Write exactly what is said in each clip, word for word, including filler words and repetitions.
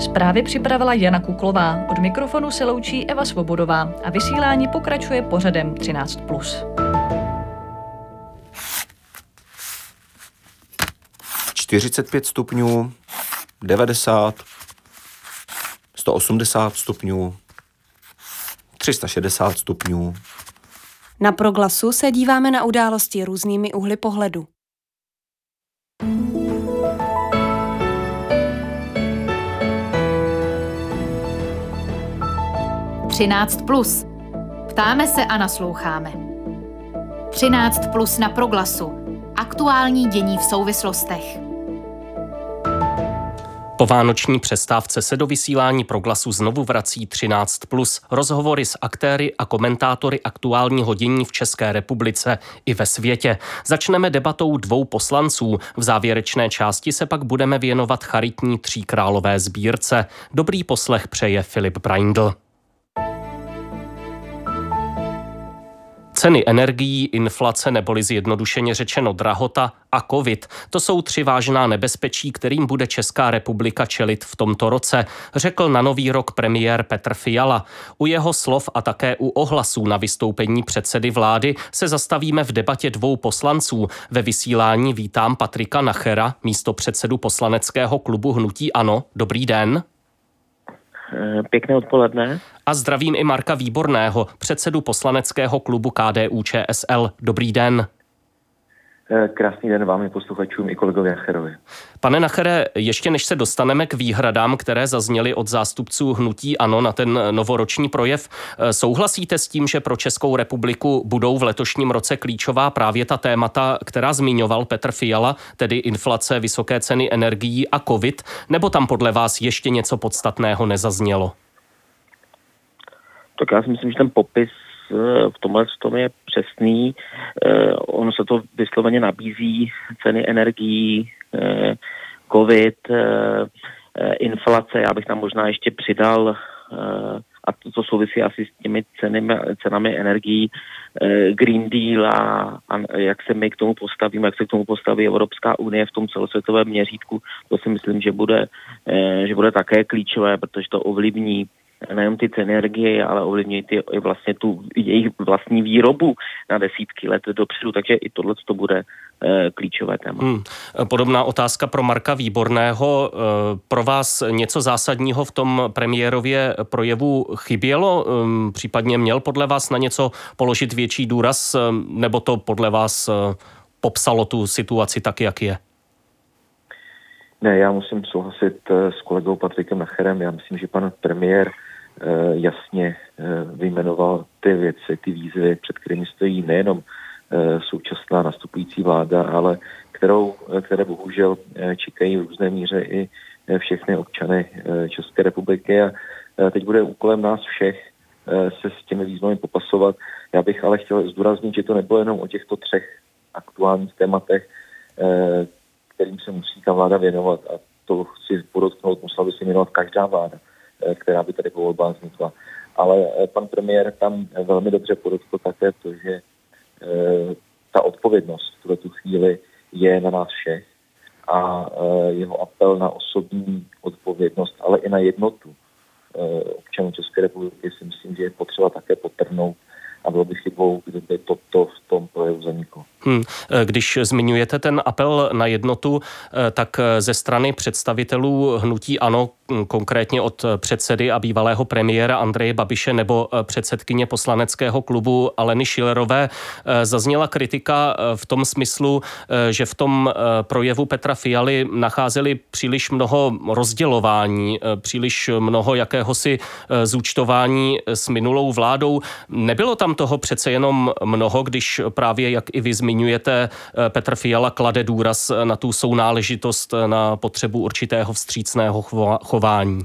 Zprávy připravila Jana Kuklová. Od mikrofonu se loučí Eva Svobodová a vysílání pokračuje pořadem třináct plus. čtyřicet pět stupňů, devadesát, sto osmdesát stupňů, tři sta šedesát stupňů. Na Proglasu se díváme na události různými úhly pohledu. třináct plus. Ptáme se a nasloucháme. třináct plus na Proglasu. Aktuální dění v souvislostech. Po vánoční přestávce se do vysílání Proglasu znovu vrací třináct plus. Rozhovory s aktéry a komentátory aktuálního dění v České republice i ve světě. Začneme debatou dvou poslanců. V závěrečné části se pak budeme věnovat charitní tříkrálové sbírce. Dobrý poslech přeje Filip Braindl. Ceny energií, inflace neboli zjednodušeně řečeno drahota a covid, to jsou tři vážná nebezpečí, kterým bude Česká republika čelit v tomto roce, řekl na Nový rok premiér Petr Fiala. U jeho slov a také u ohlasů na vystoupení předsedy vlády se zastavíme v debatě dvou poslanců. Ve vysílání vítám Patrika Nachera, místopředsedu poslaneckého klubu Hnutí ANO. Dobrý den. Pěkné odpoledne. A zdravím i Marka Výborného, předsedu poslaneckého klubu K D U Č S L. Dobrý den. Krásný den vám i posluchačům i kolegovi Nacherovi. Pane Nachere, ještě než se dostaneme k výhradám, které zazněly od zástupců Hnutí ANO na ten novoroční projev, souhlasíte s tím, že pro Českou republiku budou v letošním roce klíčová právě ta témata, která zmiňoval Petr Fiala, tedy inflace, vysoké ceny energií a covid, nebo tam podle vás ještě něco podstatného nezaznělo? Tak já si myslím, že ten popis v tomhle tom je přesný. Ono se to vysloveně nabízí, ceny energií, covid, inflace, já bych tam možná ještě přidal, a to, to souvisí asi s těmi cenami, cenami energií, Green Deal a, a jak se my k tomu postavíme, jak se k tomu postaví Evropská unie v tom celosvětovém měřítku, to si myslím, že bude, že bude také klíčové, protože to ovlivní nejen ty ceny energie, ale ovlivňují ty, vlastně tu jejich vlastní výrobu na desítky let dopředu, takže i tohle to bude e, klíčové téma. Hmm. Podobná otázka pro Marka Výborného. Pro vás něco zásadního v tom premiérově projevu chybělo? Případně měl podle vás na něco položit větší důraz, nebo to podle vás popsalo tu situaci tak, jak je? Ne, já musím souhlasit s kolegou Patrikem Nacherem. Já myslím, že pan premiér jasně vyjmenoval ty věci, ty výzvy, před kterými stojí nejenom současná nastupující vláda, ale kterou, které bohužel čekají v různé míře i všechny občany České republiky. A teď bude úkolem nás všech se s těmi výzvami popasovat. Já bych ale chtěl zdůraznit, že to nebylo jenom o těchto třech aktuálních tématech, kterým se musí ta vláda věnovat, a to chci podotknout, musela by se věnovat každá vláda, která by tady po volbách vznikla. Ale pan premiér tam velmi dobře podotkl také to, že ta odpovědnost v tuto chvíli je na nás všech a jeho apel na osobní odpovědnost, ale i na jednotu občanů České republiky si myslím, že je potřeba také podtrhnout a bylo by chybou, kdyby toto v tom projevu zaniklo. Hmm. Když zmiňujete ten apel na jednotu, tak ze strany představitelů Hnutí ANO, konkrétně od předsedy a bývalého premiéra Andreje Babiše nebo předsedkyně poslaneckého klubu Aleny Schillerové, zazněla kritika v tom smyslu, že v tom projevu Petra Fialy nacházeli příliš mnoho rozdělování, příliš mnoho jakéhosi zúčtování s minulou vládou. Nebylo tam toho přece jenom mnoho, když právě, jak i vy zmiňujete, Petr Fiala klade důraz na tu sounáležitost, na potřebu určitého vstřícného chování?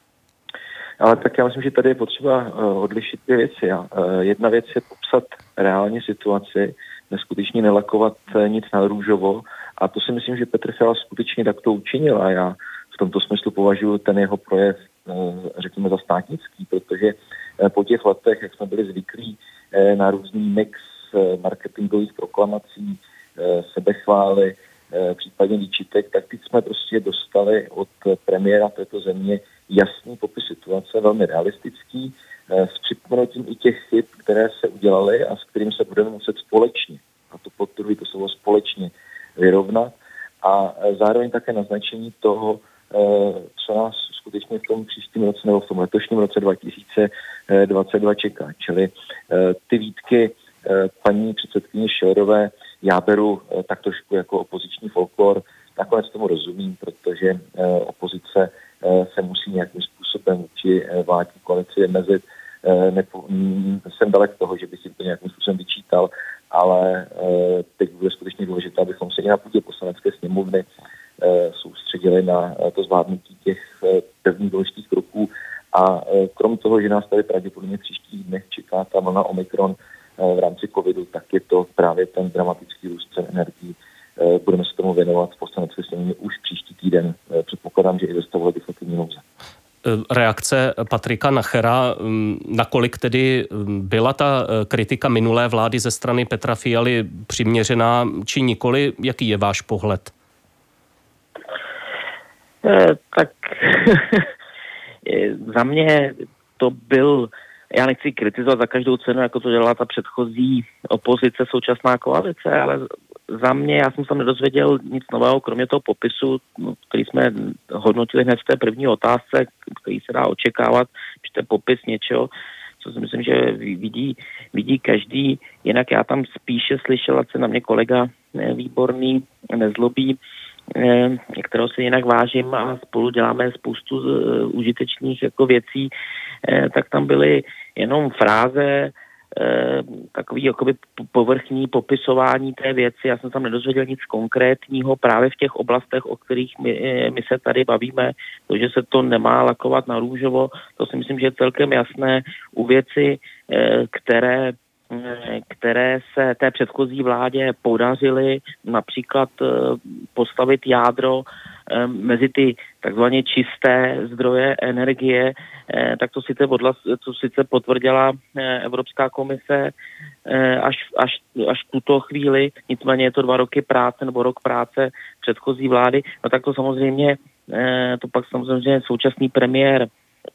Ale tak já myslím, že tady je potřeba odlišit ty věci. Jedna věc je popsat reálně situaci, neskutečně nelakovat nic na růžovo, a to si myslím, že Petr Fiala skutečně takto učinil, a já v tomto smyslu považuji ten jeho projev, řekněme, za státnický, protože po těch letech, jak jsme byli zvyklí na různý mix marketingových proklamací, sebechvály, případně výčitek, tak teď jsme prostě dostali od premiéra této země jasný popis situace, velmi realistický, s připomenutím i těch chyb, které se udělaly a s kterým se budeme muset společně, a to podtrhuji, to slovo společně, vyrovnat, a zároveň také naznačení toho, co nás skutečně v tom příštím roce nebo v tom letošním roce dva tisíce dvacet dva čeká. Čili ty výtky paní předsedkyně Schillerové já beru tak trošku jako opoziční folklor. Nakonec tomu rozumím, protože opozice se musí nějakým způsobem vůči vládní koalici vymezit. Nepo, jsem dalek toho, že by si to nějakým způsobem vyčítal, ale teď bude skutečně důležité, abychom se i na půdě poslanecké sněmovny soustředili na to zvládnutí těch prvních důležitých kroků. A krom toho, že nás tady pravděpodobně v příštích dnech čeká ta vlna Omikron v rámci covidu, tak je to právě ten dramatický růst cen energií. Budeme se tomu věnovat v poslanecké sněmovně už příští týden. Předpokládám, že i ve stavu legislativní nouze. Reakce Patrika Nachera, nakolik tedy byla ta kritika minulé vlády ze strany Petra Fialy přiměřená či nikoli? Jaký je váš pohled? Eh, tak za mě to byl, já nechci kritizovat za každou cenu, jako to dělala ta předchozí opozice, současná koalice, ale za mě, já jsem se nedozvěděl nic nového, kromě toho popisu, který jsme hodnotili hned v té první otázce, který se dá očekávat, že to je popis něčeho, co si myslím, že vidí, vidí každý. Jinak já tam spíše slyšel, ať se na mě kolega Výborný nezlobí, kterého se jinak vážím a spolu děláme spoustu užitečných jako věcí, tak tam byly jenom fráze, takový jakoby povrchní popisování té věci. Já jsem tam nedozvěděl nic konkrétního právě v těch oblastech, o kterých my, my se tady bavíme. To, že se to nemá lakovat na růžovo, to si myslím, že je celkem jasné u věci, které které se té předchozí vládě podařily, například postavit jádro mezi ty takzvaně čisté zdroje energie, tak to sice, odlas, to sice potvrdila Evropská komise až, až, až tuto chvíli, nicméně je to dva roky práce nebo rok práce předchozí vlády, no tak to samozřejmě, to pak samozřejmě současný premiér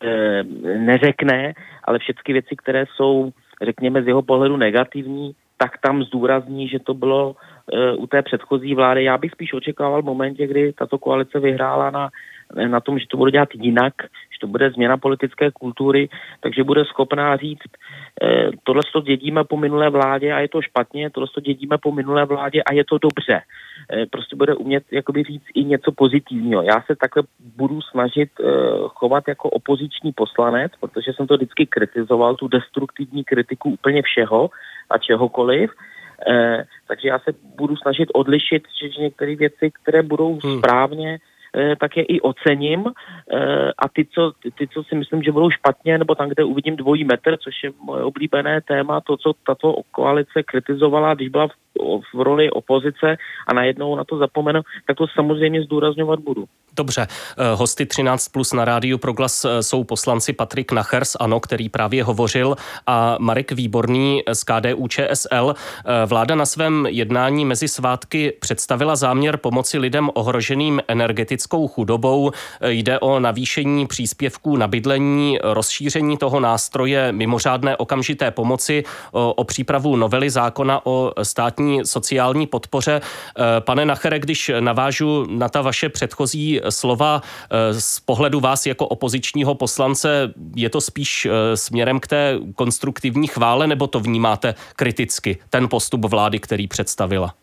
neřekne, ale všechny věci, které jsou, řekněme, z jeho pohledu negativní, tak tam zdůrazní, že to bylo e, u té předchozí vlády. Já bych spíš očekával v momentě, kdy tato koalice vyhrála na, na tom, že to bude dělat jinak, že to bude změna politické kultury, takže bude schopná říct, e, tohle to dědíme po minulé vládě a je to špatně, tohle to dědíme po minulé vládě a je to dobře. E, prostě bude umět jakoby říct i něco pozitivního. Já se takhle budu snažit e, chovat jako opoziční poslanec, protože jsem to vždycky kritizoval, tu destruktivní kritiku úplně všeho a čehokoliv. Eh, takže já se budu snažit odlišit, že některé věci, které budou hmm. správně, eh, tak je i ocením eh, a ty co, ty, co si myslím, že budou špatně, nebo tam, kde uvidím dvojí metr, což je moje oblíbené téma, to, co tato koalice kritizovala, když byla v, v roli opozice a najednou na to zapomenu, tak to samozřejmě zdůrazňovat budu. Dobře, hosty třináct plus na rádiu Proglas jsou poslanci Patrik Nacher z ANO, který právě hovořil, a Marek Výborný z K D U Č S L. Vláda na svém jednání mezi svátky představila záměr pomoci lidem ohroženým energetickou chudobou. Jde o navýšení příspěvků na bydlení, rozšíření toho nástroje mimořádné okamžité pomoci, o, o přípravu novely zákona o státní sociální podpoře. Pane Nachere, když navážu na ta vaše předchozí slova z pohledu vás jako opozičního poslance, je to spíš směrem k té konstruktivní chvále, nebo to vnímáte kriticky, ten postup vlády, který představila?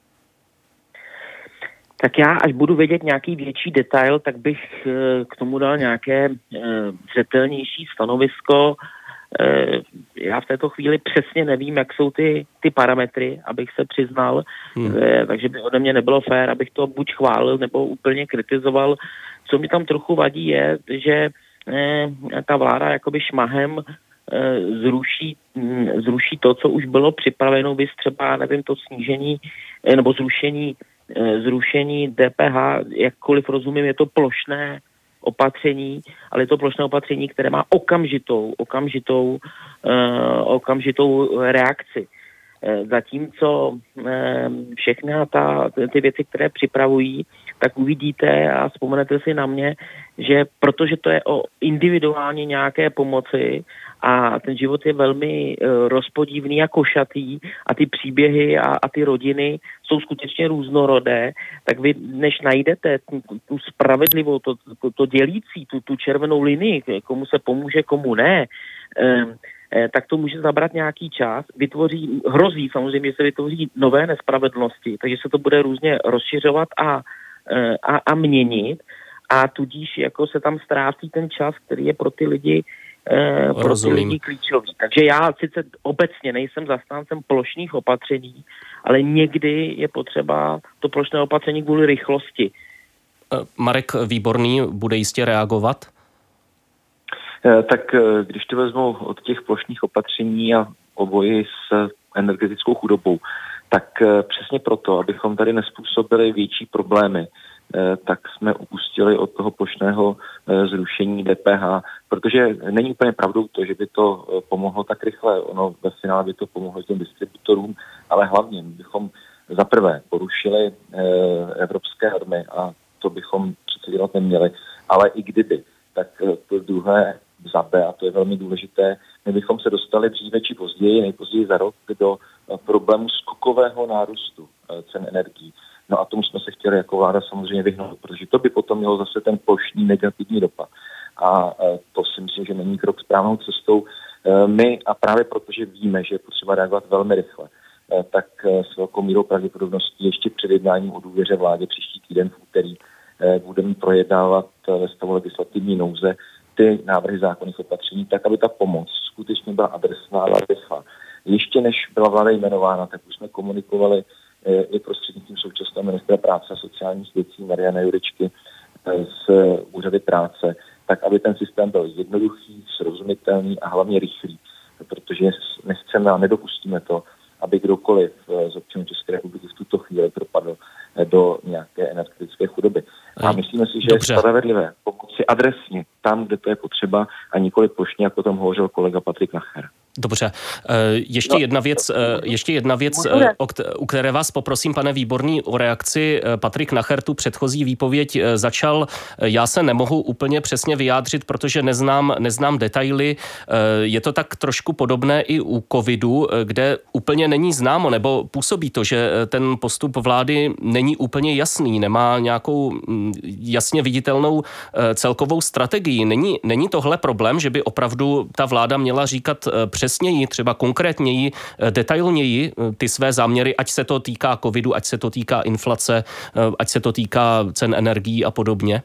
Tak já, až budu vědět nějaký větší detail, tak bych k tomu dal nějaké zřetelnější stanovisko. Já v této chvíli přesně nevím, jak jsou ty, ty parametry, abych se přiznal, hmm. takže by ode mě nebylo fér, abych to buď chválil, nebo úplně kritizoval. Co mi tam trochu vadí je, že ta vláda jakoby šmahem zruší, zruší to, co už bylo připraveno, vys třeba, nevím, to snížení nebo zrušení, zrušení D P H, jakkoliv rozumím, je to plošné opatření, ale je to plošné opatření, které má okamžitou, okamžitou, uh, okamžitou reakci. Zatímco všechny ta, ty věci, které připravují, tak uvidíte a vzpomenete si na mě, že protože to je o individuálně nějaké pomoci a ten život je velmi rozpodivný a košatý a ty příběhy a, a ty rodiny jsou skutečně různorodé, tak vy než najdete tu, tu spravedlivou, to, to, to dělící, tu, tu červenou linii, komu se pomůže, komu ne, tak to může zabrat nějaký čas, vytvoří, hrozí samozřejmě, že se vytvoří nové nespravedlnosti, takže se to bude různě rozšiřovat a, a, a měnit a tudíž jako se tam ztrácí ten čas, který je pro ty lidi pro Rozumím. ty lidi klíčový. Takže já sice obecně nejsem zastáncem plošných opatření, ale někdy je potřeba to plošné opatření kvůli rychlosti. Marek Výborný bude jistě reagovat? Tak když to vezmu od těch plošných opatření a o boji s energetickou chudobou, tak přesně proto, abychom tady nespůsobili větší problémy, tak jsme upustili od toho plošného zrušení D P H, protože není úplně pravdou to, že by to pomohlo tak rychle. Ono ve finále by to pomohlo těm distributorům, ale hlavně bychom za prvé porušili evropské normy a to bychom přece dělat neměli, ale i kdyby, tak to druhé za B, a to je velmi důležité, my bychom se dostali dříve či později, nejpozději za rok, do problému skokového nárůstu cen energií. No a tomu jsme se chtěli jako vláda samozřejmě vyhnout, protože to by potom mělo zase ten plošný negativní dopad. A to si myslím, že není krok správnou cestou. My, a právě protože víme, že je potřeba reagovat velmi rychle, tak s velkou mírou pravděpodobností ještě před jednáním o důvěře vládě příští týden v úterý budeme projednávat ve stavu legislativní nouze ty návrhy zákonných opatření, tak aby ta pomoc skutečně byla adresná a rychlá. Ještě než byla vláda jmenována, tak už jsme komunikovali i prostřednictvím současného ministra práce a sociálních věcí Mariana Jurečky z úřady práce, tak aby ten systém byl jednoduchý, srozumitelný a hlavně rychlý, protože nechceme a nedopustíme to, aby kdokoliv z občanů České republiky v tuto chvíli propadl do nějaké energetické chudoby. A myslíme si, že Dobře. je spravedlivé pomoci adresně tam, kde to je potřeba a nikoli plošně, jako o tom hovořil kolega Patrik Nacher. Dobře. Ještě jedna věc, ještě jedna věc, u které vás poprosím, pane Výborný, o reakci. Patrik Nacher tu předchozí výpověď začal. Já se nemohu úplně přesně vyjádřit, protože neznám, neznám detaily. Je to tak trošku podobné i u covidu, kde úplně není známo, nebo působí to, že ten postup vlády není úplně jasný, nemá nějakou jasně viditelnou celkovou strategii. Není, není tohle problém, že by opravdu ta vláda měla říkat přesněji, třeba konkrétněji, detailněji ty své záměry, ať se to týká covidu, ať se to týká inflace, ať se to týká cen energií a podobně?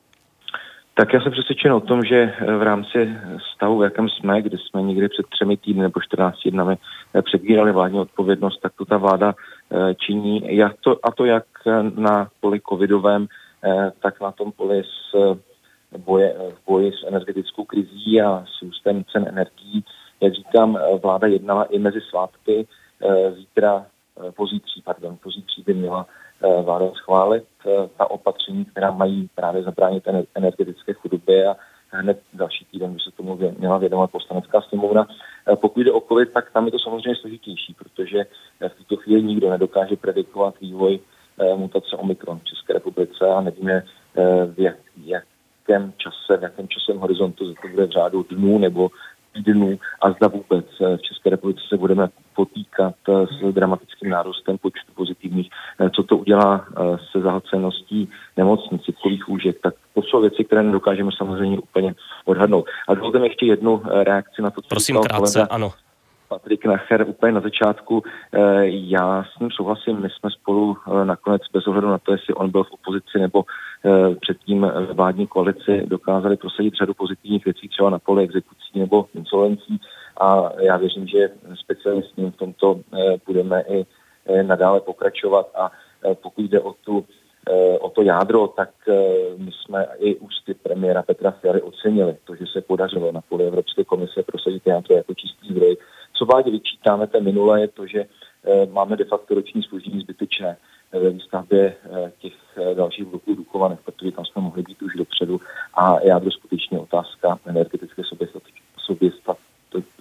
Tak já jsem přesvědčen o tom, že v rámci stavu, v jakém jsme, kdy jsme někdy před třemi týdny nebo čtrnácti dnami přebírali vládní odpovědnost, tak to ta vláda činí. Jak to, a to jak na poli covidovém, tak na tom poli s boje, v boji s energetickou krizí a s růstem cen energií. Jak říkám, vláda jednala i mezi svátky. Zítra, pozítří, pardon, pozítří by měla vláda schválit ta opatření, která mají právě zabránit energetické chudobě a hned další týden by se tomu měla věnovat Poslanecká sněmovna. Pokud jde o covid, tak tam je to samozřejmě složitější, protože v tuto chvíli nikdo nedokáže predikovat vývoj mutace Omikron v České republice a nevíme, v jak, jakém čase, v jakém časovém horizontu to bude v řádu dnů nebo týdnů a zda vůbec v České republice se budeme potýkat s dramatickým nárůstem počtu pozitivních. Co to udělá se zahlceností nemocnic, citkových lůžek, tak to jsou věci, které nedokážeme samozřejmě úplně odhadnout. A dovolte mi ještě jednu reakci na to, co Prosím, krátce, ano. Patrik Nacher úplně na začátku. Já s ním souhlasím, my jsme spolu nakonec bez ohledu na to, jestli on byl v opozici nebo předtím vládní koalici dokázali prosadit řadu pozitivních věcí, třeba na poli exekucí nebo insolvencí a já věřím, že speciálně s ním v tomto budeme i nadále pokračovat a pokud jde o tu o to jádro, tak my jsme i ústy premiéra Petra Fialy ocenili to, že se podařilo na poli Evropské komise prosadit jádro jako čistý zdroj. Co vládě vyčítáme té minule je to, že máme de facto roční zpoždění zbytečné ve výstavbě těch dalších bloků Dukovany, protože tam jsme mohli být už dopředu a jádro skutečně otázka energetické soběstačnosti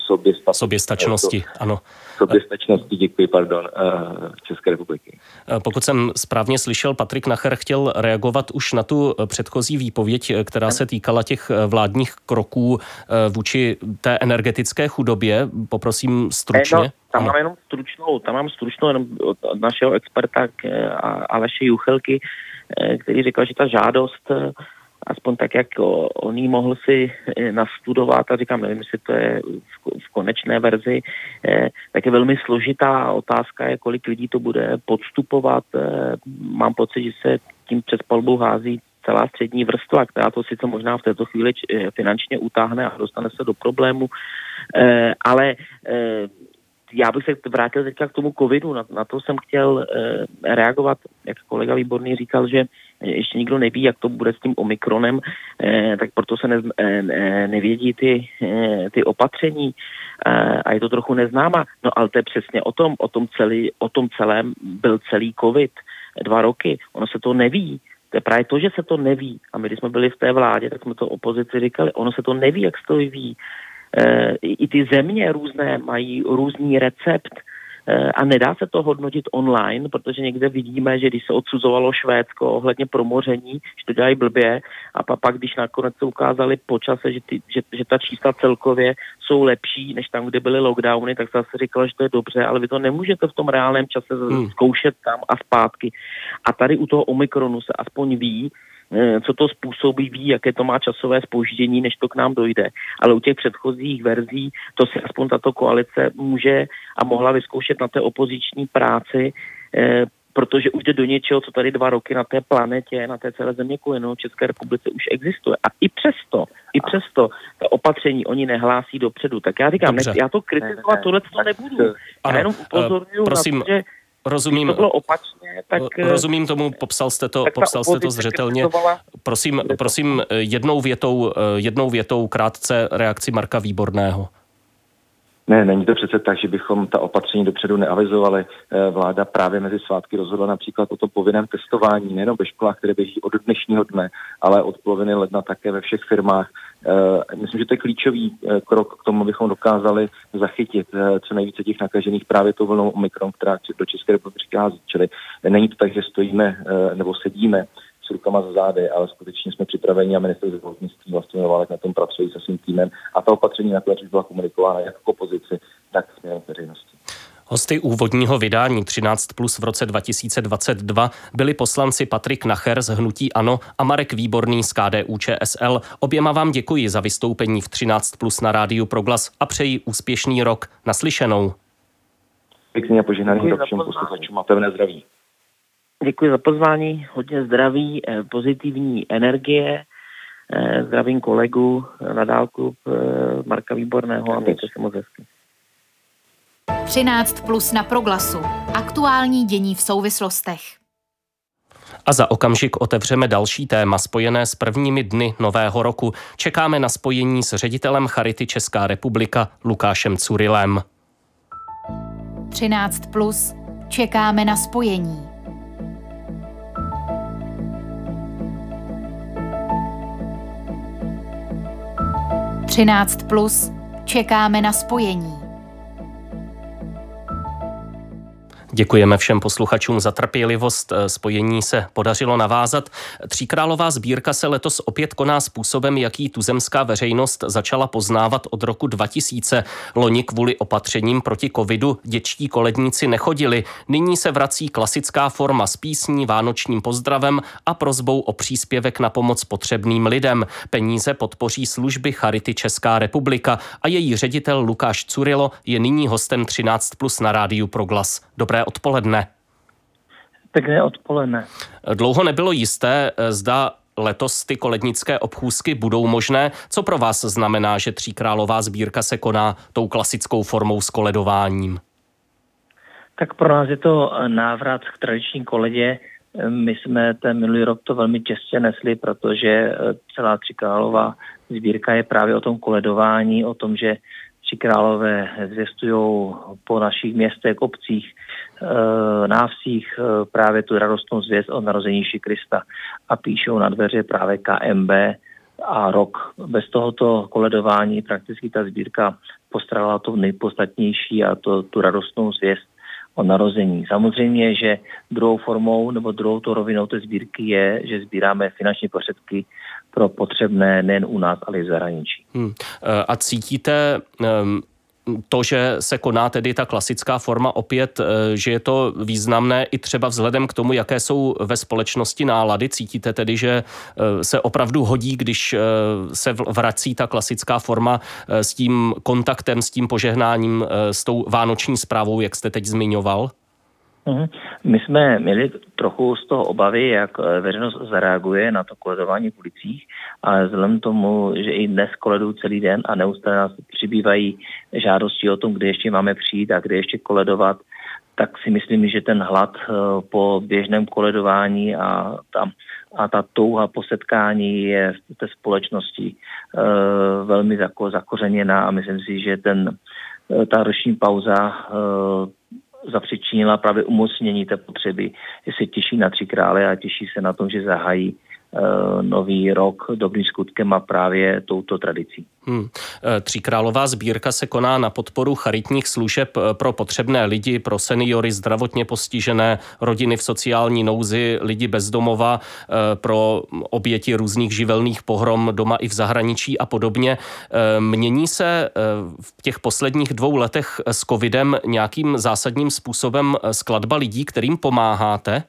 soběstačnosti, ano. Soběstačnosti, děkuji, pardon, České republiky. Pokud jsem správně slyšel, Patrik Nacher chtěl reagovat už na tu předchozí výpověď, která se týkala těch vládních kroků vůči té energetické chudobě. Poprosím stručně. No, tam mám jenom stručnou, tam mám stručnou jenom od našeho experta Aleše Juchelky, který říkal, že ta žádost, aspoň tak, jak on jí mohl si nastudovat, a říkám, nevím, jestli to je v konečné verzi, tak je velmi složitá. Otázka je, kolik lidí to bude podstupovat. Mám pocit, že se tím přes palbou hází celá střední vrstva, která to sice možná v této chvíli finančně utáhne a dostane se do problému, ale já bych se vrátil teďka k tomu covidu, na, na to jsem chtěl eh, reagovat, jak kolega Výborný říkal, že ještě nikdo neví, jak to bude s tím omikronem, eh, tak proto se ne, eh, nevědí ty, eh, ty opatření eh, a je to trochu neznáma. No ale to je přesně o tom, o tom, celý, o tom celém byl celý covid, dva roky, ono se to neví. To je právě to, že se to neví. A my, když jsme byli v té vládě, tak jsme to opozici říkali, ono se to neví, jak se to vyvíjí. E, i ty země různé mají různý recept e, a nedá se to hodnotit online, protože někde vidíme, že když se odsuzovalo Švédsko ohledně promoření, že to dělají blbě a pak, když nakonec se ukázali po čase, že, ty, že, že ta čísla celkově jsou lepší, než tam, kde byly lockdowny, tak se zase říkalo, že to je dobře, ale vy to nemůžete v tom reálném čase hmm. zkoušet tam a zpátky. A tady u toho Omikronu se aspoň ví, co to způsobí, ví, jaké to má časové zpoždění, než to k nám dojde. Ale u těch předchozích verzí to si aspoň tato koalice může a mohla vyzkoušet na té opoziční práci, eh, protože už jde do něčeho, co tady dva roky na té planetě, na té celé země kojenou České republice už existuje. A i přesto, i přesto ta opatření oni nehlásí dopředu. Tak já říkám, ne, já to kritizovat, tohle to nebudu. Já jenom upozorňuji prosím. na to, že Rozumím, to bylo opačně, tak, rozumím tomu, popsal jste to, popsal jste to zřetelně. Prosím, prosím jednou větou, jednou větou krátce reakci Marka Výborného. Ne, není to přece tak, že bychom ta opatření dopředu neavizovali. Vláda právě mezi svátky rozhodla například o tom povinném testování, nejenom ve školách, které běží od dnešního dne, ale od poloviny ledna také ve všech firmách. Myslím, že to je klíčový krok k tomu, abychom dokázali zachytit co nejvíce těch nakažených právě tou vlnou Omikron, která do České republiky přichází. Čili není to tak, že stojíme nebo sedíme s rukama za zády, ale skutečně jsme připraveni a ministr zdravotnictví Vlastimil Válek na tom pracují se svým týmem a ta opatření nakonec byla komunikována jak k opozici, tak směrem k veřejnosti. Hosty úvodního vydání třináct plus v roce dva tisíce dvacet dva byli poslanci Patrik Nacher z Hnutí ANO a Marek Výborný z K D U Č S L. Oběma vám děkuji za vystoupení v třináct plus na Rádiu Proglas a přeji úspěšný rok. Naslyšenou. Pěkný a požehnaný rok všem posluchačům a pevné zdraví. Děkuji za pozvání, hodně zdraví, pozitivní energie, zdravím kolegu na dálku Marka Výborného a mějte se moc hezky. třináct plus na Proglasu. Aktuální dění v souvislostech. A za okamžik otevřeme další téma spojené s prvními dny nového roku. Čekáme na spojení s ředitelem Charity Česká republika Lukášem Curilem. třináct plus. Čekáme na spojení. třináct plus. Čekáme na spojení. Děkujeme všem posluchačům za trpělivost. Spojení se podařilo navázat. Tříkrálová sbírka se letos opět koná způsobem, jaký tuzemská veřejnost začala poznávat od roku dva tisíce. Loni kvůli opatřením proti covidu dětští koledníci nechodili. Nyní se vrací klasická forma s písní, vánočním pozdravem a prosbou o příspěvek na pomoc potřebným lidem. Peníze podpoří služby Charity Česká republika a její ředitel Lukáš Curilo je nyní hostem třináct plus na Rádiu Proglas. Dobré odpoledne. Pěkné odpoledne. Dlouho nebylo jisté, zda letos ty kolednické obchůzky budou možné. Co pro vás znamená, že Tříkrálová sbírka se koná tou klasickou formou s koledováním? Tak pro nás je to návrat k tradiční koledě. My jsme ten minulý rok to velmi těžce nesli, protože celá Tříkrálová sbírka je právě o tom koledování, o tom, že Tři králové zvěstují po našich městech, obcích, návsích právě tu radostnou zvěst o narození Ježíše Krista a píšou na dveře právě K M B a rok. Bez tohoto koledování prakticky ta sbírka postarala to nejpodstatnější a to tu radostnou zvěst o narození. Samozřejmě, že druhou formou nebo druhou to rovinou té sbírky je, že sbíráme finanční prostředky pro potřebné nejen u nás, ale i v zahraničí. Hmm. A cítíte um... to, že se koná tedy ta klasická forma opět, že je to významné i třeba vzhledem k tomu, jaké jsou ve společnosti nálady. Cítíte tedy, že se opravdu hodí, když se vrací ta klasická forma s tím kontaktem, s tím požehnáním, s tou vánoční zprávou, jak jste teď zmiňoval? My jsme měli trochu z toho obavy, jak veřejnost zareaguje na to koledování v ulicích, ale vzhledem tomu, že i dnes koledují celý den a neustále nás přibývají žádosti o tom, kde ještě máme přijít a kde ještě koledovat, tak si myslím, že ten hlad po běžném koledování a ta, a ta touha po setkání je v té společnosti velmi zako, zakořeněná a myslím si, že ten, ta roční pauza zapřičinila právě umocnění té potřeby, že se těší na Tři krále a těší se na tom, že zahájí uh, nový rok dobrým skutkem a právě touto tradicí. Hmm. Tříkrálová sbírka se koná na podporu charitních služeb pro potřebné lidi, pro seniory, zdravotně postižené, rodiny v sociální nouzi, lidi bez domova, pro oběti různých živelných pohrom doma i v zahraničí a podobně. Mění se v těch posledních dvou letech s covidem nějakým zásadním způsobem skladba lidí, kterým pomáháte?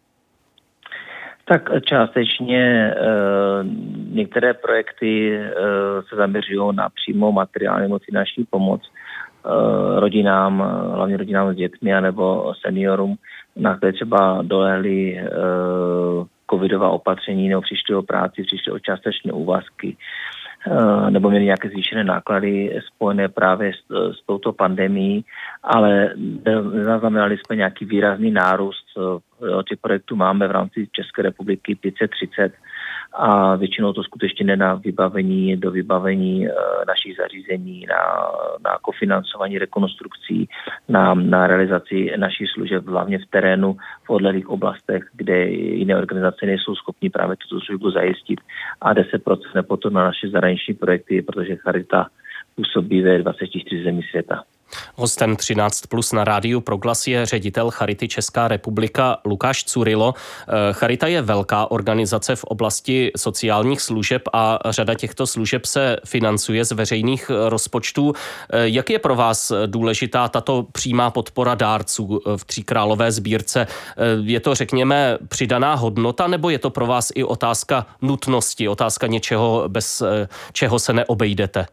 Tak částečně e, některé projekty e, se zaměřují na přímou materiální nebo finanční pomoc e, rodinám, hlavně rodinám s dětmi nebo seniorům, na které třeba dolehly e, covidová opatření nebo přišli o práci, přišli o částečné úvazky e, nebo měli nějaké zvýšené náklady spojené právě s, s touto pandemií, ale nezaznamenali jsme nějaký výrazný nárůst. Těch projektů máme v rámci České republiky pět set třicet a většinou to skutečně jde na vybavení, do vybavení našich zařízení, na, na kofinancování rekonstrukcí, na, na realizaci našich služeb, hlavně v terénu, v odlehlých oblastech, kde jiné organizace nejsou schopní právě tuto službu zajistit a deset procent potom na naše zahraniční projekty, protože Charita působí ve dvaceti čtyřech zemí světa. Hostem třináct plus na rádiu Proglas je ředitel Charity Česká republika Lukáš Curilo. Charita je velká organizace v oblasti sociálních služeb a řada těchto služeb se financuje z veřejných rozpočtů. Jak je pro vás důležitá tato přímá podpora dárců v Tříkrálové sbírce? Je to, řekněme, přidaná hodnota, nebo je to pro vás i otázka nutnosti, otázka něčeho, bez čeho se neobejdete?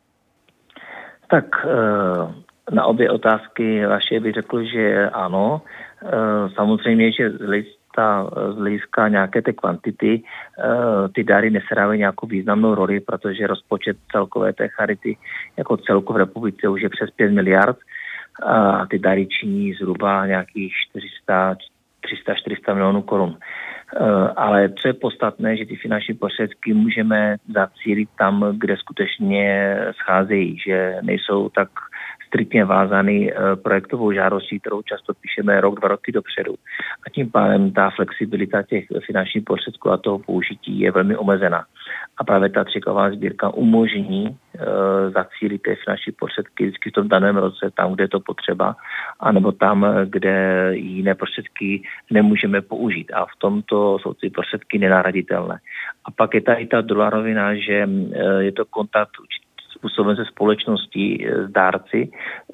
Tak na obě otázky vaše bych řekl, že ano. Samozřejmě, že z hlediska, z hlediska nějaké té kvantity ty dary nesehrávají nějakou významnou roli, protože rozpočet celkové té charity jako celku v republice už je přes pět miliard a ty dary činí zhruba nějakých tři sta čtyři sta milionů korun. Ale co je podstatné, že ty finanční prostředky můžeme zacílit tam, kde skutečně scházejí, že nejsou tak striktně vázány projektovou žádostí, kterou často píšeme rok, dva roky dopředu. A tím pádem ta flexibilita těch finančních prostředků a toho použití je velmi omezená. A právě ta Tříkrálová sbírka umožní e, zacílit ty finanční prostředky vždycky v tom daném roce, tam, kde je to potřeba, anebo tam, kde jiné prostředky nemůžeme použít. A v tomto jsou ty prostředky nenahraditelné. A pak je tady ta druhá rovina, že e, je to kontakt způsoben se společností s dárci,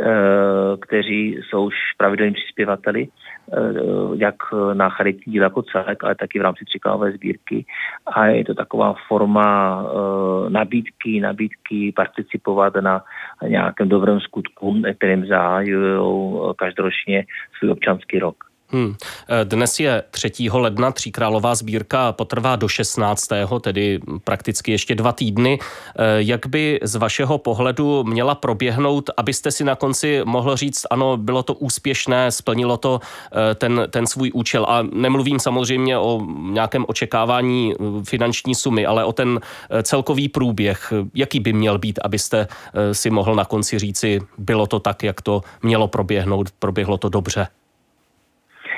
kteří jsou už pravidelní přispěvateli, jak na charitní díl jako celek, ale taky v rámci Tříkrálové sbírky. A je to taková forma nabídky, nabídky participovat na nějakém dobrém skutku, kterým zahájují každoročně svůj občanský rok. Hmm. Dnes je třetího ledna, Tříkrálová sbírka potrvá do šestnáctého tedy prakticky ještě dva týdny. Jak by z vašeho pohledu měla proběhnout, abyste si na konci mohl říct, ano, bylo to úspěšné, splnilo to ten, ten svůj účel. A nemluvím samozřejmě o nějakém očekávání finanční sumy, ale o ten celkový průběh. Jaký by měl být, abyste si mohl na konci říci, bylo to tak, jak to mělo proběhnout, proběhlo to dobře?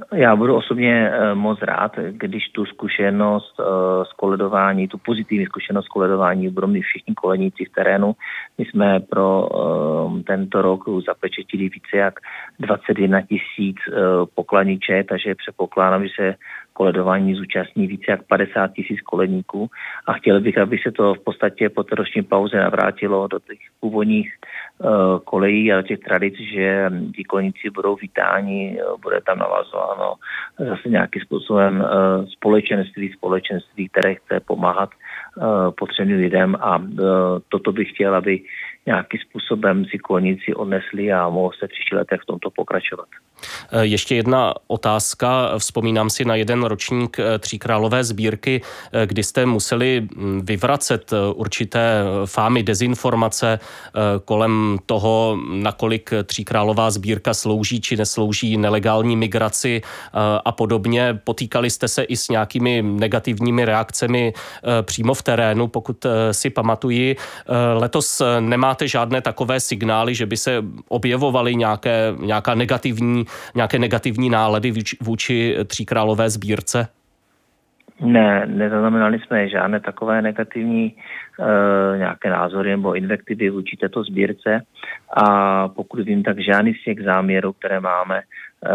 Já budu osobně moc rád, když tu zkušenost z koledování, tu pozitivní zkušenost z koledování budou mít všichni koledníci v terénu. My jsme pro tento rok zapečetili více jak dvacet jedna tisíc pokladniček, takže předpokládám, že se koledování zúčastní více jak padesát tisíc koledníků a chtěl bych, aby se to v podstatě po té roční pauze navrátilo do těch původních uh, kolejí a do těch tradic, že ti koledníci budou vítáni, bude tam navazováno zase nějakým způsobem uh, společenství, společenství, které chce pomáhat uh, potřebným lidem a uh, toto bych chtěl, aby nějakým způsobem si koledníci odnesli a mohou se v příštích letech v tomto pokračovat. Ještě jedna otázka. Vzpomínám si na jeden ročník Tříkrálové sbírky, kdy jste museli vyvracet určité fámy dezinformace kolem toho, nakolik Tříkrálová sbírka slouží či neslouží nelegální migraci a podobně. Potýkali jste se i s nějakými negativními reakcemi přímo v terénu, pokud si pamatuji. Letos nemáte žádné takové signály, že by se objevovaly nějaké, nějaká negativní nějaké negativní nálady vůči Tříkrálové sbírce? Ne, nezaznamenali jsme žádné takové negativní e, nějaké názory nebo invektivy vůči této sbírce a pokud vím, tak žádný z těch záměrů, které máme, e,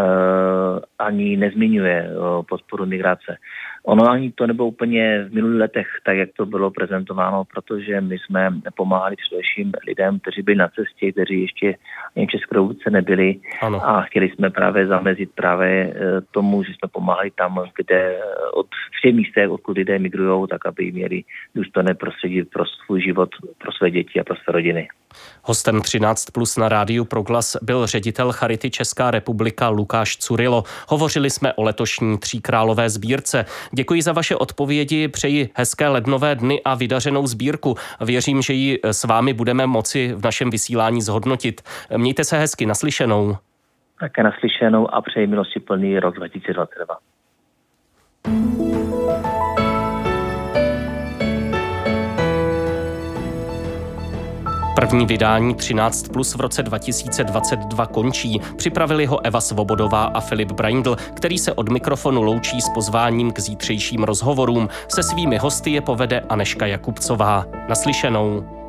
ani nezmiňuje o podporu migrace. Ono ani to nebylo úplně v minulých letech tak, jak to bylo prezentováno, protože my jsme pomáhali především lidem, kteří byli na cestě, kteří ještě v České republice nebyli. Ano. A chtěli jsme právě zamezit právě tomu, že jsme pomáhali tam, kde od v těch místech, odkud lidé migrují, tak aby měli důstojné prostředí pro svůj život, pro své děti a pro své rodiny. Hostem třináct plus na rádiu Proglas byl ředitel Charity Česká republika Lukáš Curilo. Hovořili jsme o letošní Tříkrálové sbírce. Děkuji za vaše odpovědi, přeji hezké lednové dny a vydařenou sbírku. Věřím, že ji s vámi budeme moci v našem vysílání zhodnotit. Mějte se hezky, naslyšenou. Také naslyšenou a přeji milostiplný rok dva tisíce dvacet dva. První vydání třináct plus v roce dva tisíce dvacet dva končí. Připravili ho Eva Svobodová a Filip Braindl, který se od mikrofonu loučí s pozváním k zítřejším rozhovorům. Se svými hosty je povede Anežka Jakubcová. Naslyšenou.